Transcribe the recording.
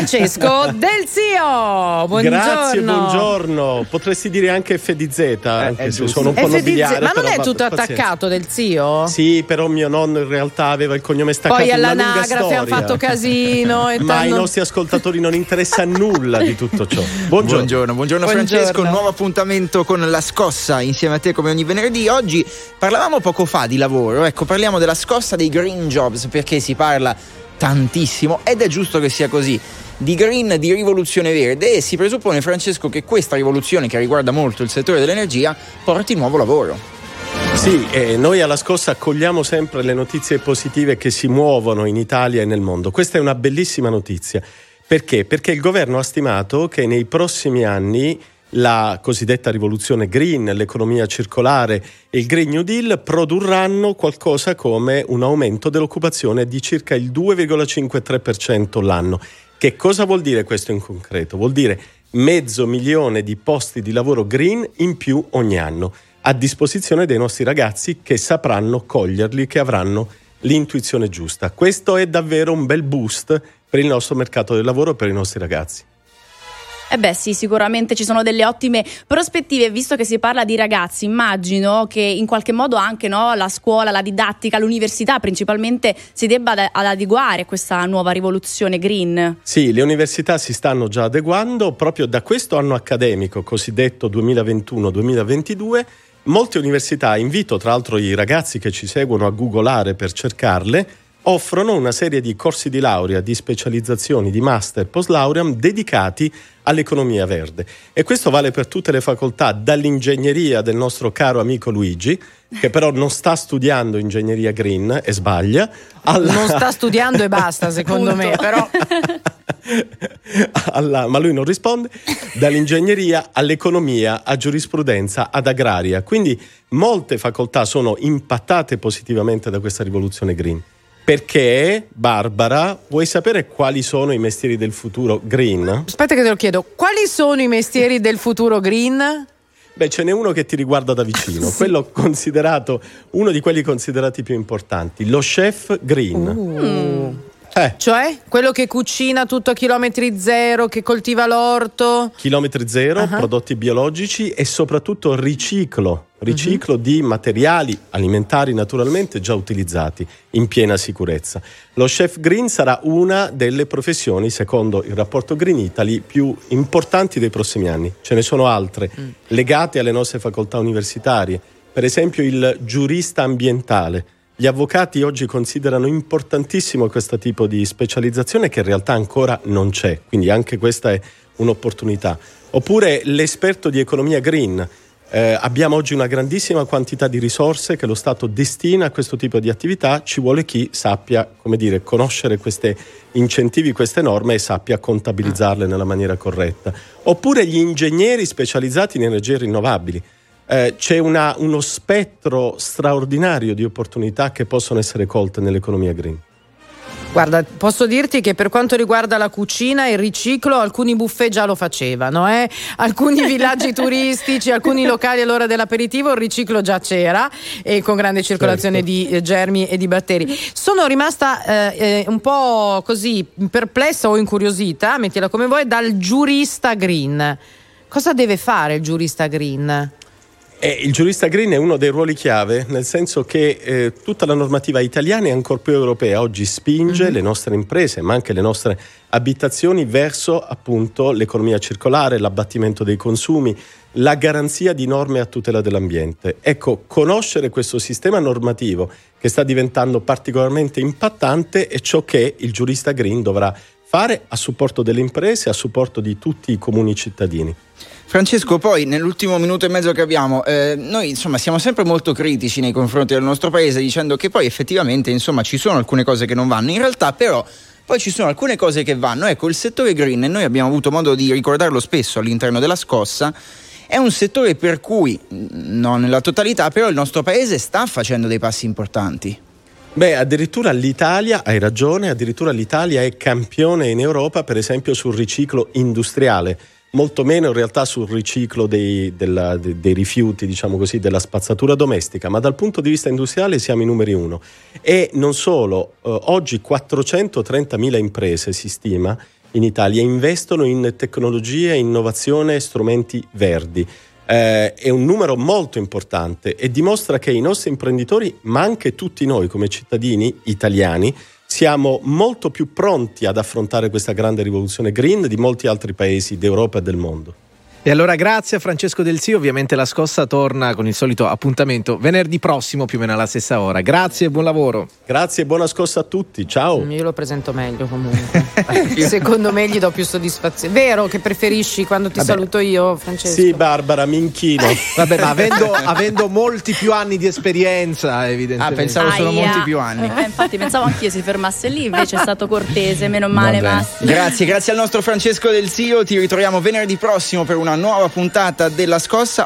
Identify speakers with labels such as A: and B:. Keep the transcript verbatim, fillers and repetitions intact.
A: Francesco Del Zio. Buongiorno.
B: Grazie, buongiorno. Potresti dire anche F D Z, anche
A: eh,
B: se sono un po'
A: F D Z,
B: nobiliare.
A: ma non
B: però
A: è tutto
B: pazienza.
A: attaccato Del Zio?
B: Sì, però mio nonno in realtà aveva il cognome staccato.
A: Poi
B: una lunga
A: all'anagrafe
B: storia.
A: hanno fatto casino. E
B: Ma ai
A: tanno...
B: nostri ascoltatori non interessa nulla di tutto ciò. Buongiorno.
C: Buongiorno, buongiorno Francesco,
A: Buongiorno.
C: nuovo appuntamento con La Scossa insieme a te come ogni venerdì. Oggi parlavamo poco fa di lavoro, ecco, parliamo della scossa dei green jobs, perché si parla tantissimo ed è giusto che sia così, di green, di rivoluzione verde, e si presuppone, Francesco, che questa rivoluzione, che riguarda molto il settore dell'energia, porti nuovo lavoro.
B: Sì, eh, noi alla Scossa accogliamo sempre le notizie positive che si muovono in Italia e nel mondo. Questa è una bellissima notizia. Perché? Perché il governo ha stimato che nei prossimi anni la cosiddetta rivoluzione green, l'economia circolare e il Green New Deal produrranno qualcosa come un aumento dell'occupazione di circa il due virgola cinquantatré per cento l'anno. Che cosa vuol dire questo in concreto? Vuol dire mezzo milione di posti di lavoro green in più ogni anno, a disposizione dei nostri ragazzi che sapranno coglierli, che avranno l'intuizione giusta. Questo è davvero un bel boost per il nostro mercato del lavoro e per i nostri ragazzi.
D: Eh beh sì, sicuramente ci sono delle ottime prospettive, visto che si parla di ragazzi. Immagino che in qualche modo anche, no, la scuola, la didattica, l'università principalmente si debba ad, ad adeguare a questa nuova rivoluzione green.
B: Sì, le università si stanno già adeguando proprio da questo anno accademico cosiddetto duemilaventuno duemilaventidue. Molte università, invito tra l'altro i ragazzi che ci seguono a googolare per cercarle, offrono una serie di corsi di laurea, di specializzazioni, di master, post lauream dedicati all'economia verde. E questo vale per tutte le facoltà, dall'ingegneria del nostro caro amico Luigi, che però non sta studiando ingegneria green e sbaglia. Alla...
A: Non sta studiando e basta, secondo me, però...
B: alla... Ma lui non risponde. Dall'ingegneria all'economia, a giurisprudenza, ad agraria. Quindi molte facoltà sono impattate positivamente da questa rivoluzione green. Perché, Barbara, vuoi sapere quali sono i mestieri del futuro green?
A: Aspetta che te lo chiedo. Quali sono i mestieri del futuro green?
B: Beh, ce n'è uno che ti riguarda da vicino, sì. Quello considerato, uno di quelli considerati più importanti, lo chef green.
A: Uh.
B: Eh.
A: Cioè, quello che cucina tutto a chilometri zero, che coltiva l'orto.
B: Chilometri zero, uh-huh. Prodotti biologici e soprattutto riciclo. Riciclo uh-huh. di materiali alimentari naturalmente già utilizzati in piena sicurezza. Lo chef green sarà una delle professioni, secondo il rapporto Green Italy, più importanti dei prossimi anni. Ce ne sono altre mm. legate alle nostre facoltà universitarie. Per esempio il giurista ambientale. Gli avvocati oggi considerano importantissimo questo tipo di specializzazione che in realtà ancora non c'è, quindi anche questa è un'opportunità. Oppure l'esperto di economia green. Eh, abbiamo oggi una grandissima quantità di risorse che lo Stato destina a questo tipo di attività, ci vuole chi sappia, come dire, conoscere questi incentivi, queste norme e sappia contabilizzarle nella maniera corretta. Oppure gli ingegneri specializzati in energie rinnovabili. Eh, c'è una, uno spettro straordinario di opportunità che possono essere colte nell'economia green.
A: Guarda, posso dirti che per quanto riguarda la cucina e il riciclo, alcuni buffet già lo facevano, eh? Alcuni villaggi turistici, alcuni locali all'ora dell'aperitivo, il riciclo già c'era e con grande circolazione certo. di eh, germi e di batteri. Sono rimasta eh, eh, un po' così perplessa o incuriosita, mettila come vuoi, dal giurista green. Cosa deve fare il giurista green?
B: Eh, il giurista green è uno dei ruoli chiave, nel senso che eh, tutta la normativa italiana e ancor più europea oggi spinge mm-hmm. le nostre imprese, ma anche le nostre abitazioni verso appunto l'economia circolare, l'abbattimento dei consumi, la garanzia di norme a tutela dell'ambiente. Ecco, conoscere questo sistema normativo che sta diventando particolarmente impattante è ciò che il giurista green dovrà fare a supporto delle imprese, a supporto di tutti i comuni cittadini.
C: Francesco, poi nell'ultimo minuto e mezzo che abbiamo, eh, noi insomma siamo sempre molto critici nei confronti del nostro paese, dicendo che poi effettivamente insomma ci sono alcune cose che non vanno, in realtà però poi ci sono alcune cose che vanno. Ecco, il settore green, e noi abbiamo avuto modo di ricordarlo spesso all'interno della Scossa, è un settore per cui, non nella totalità, però il nostro paese sta facendo dei passi importanti.
B: Beh, addirittura l'Italia, hai ragione, addirittura l'Italia è campione in Europa, per esempio sul riciclo industriale, molto meno in realtà sul riciclo dei, della, dei, dei rifiuti, diciamo così, della spazzatura domestica, ma dal punto di vista industriale siamo i numeri uno. E non solo, eh, oggi quattrocentotrentamila imprese si stima in Italia, investono in tecnologie, innovazione e strumenti verdi. Eh, è un numero molto importante e dimostra che i nostri imprenditori, ma anche tutti noi come cittadini italiani, siamo molto più pronti ad affrontare questa grande rivoluzione green di molti altri paesi d'Europa e del mondo.
E: E allora grazie a Francesco Del Zio, ovviamente La Scossa torna con il solito appuntamento venerdì prossimo più o meno alla stessa ora. Grazie e buon lavoro.
B: Grazie e buona scossa a tutti, ciao.
A: Io lo presento meglio comunque. Secondo me gli do più soddisfazione. Vero che preferisci quando ti Vabbè. saluto io, Francesco?
B: Sì, Barbara, mi inchino.
E: Vabbè, ma avendo, avendo molti più anni di esperienza, evidentemente.
C: Ah, pensavo solo
D: Aia.
C: molti più anni.
D: Eh, infatti pensavo anch'io si fermasse lì, invece è stato cortese, meno male Massimo.
C: Grazie, grazie al nostro Francesco Del Zio, ti ritroviamo venerdì prossimo per una nuova puntata della Scossa.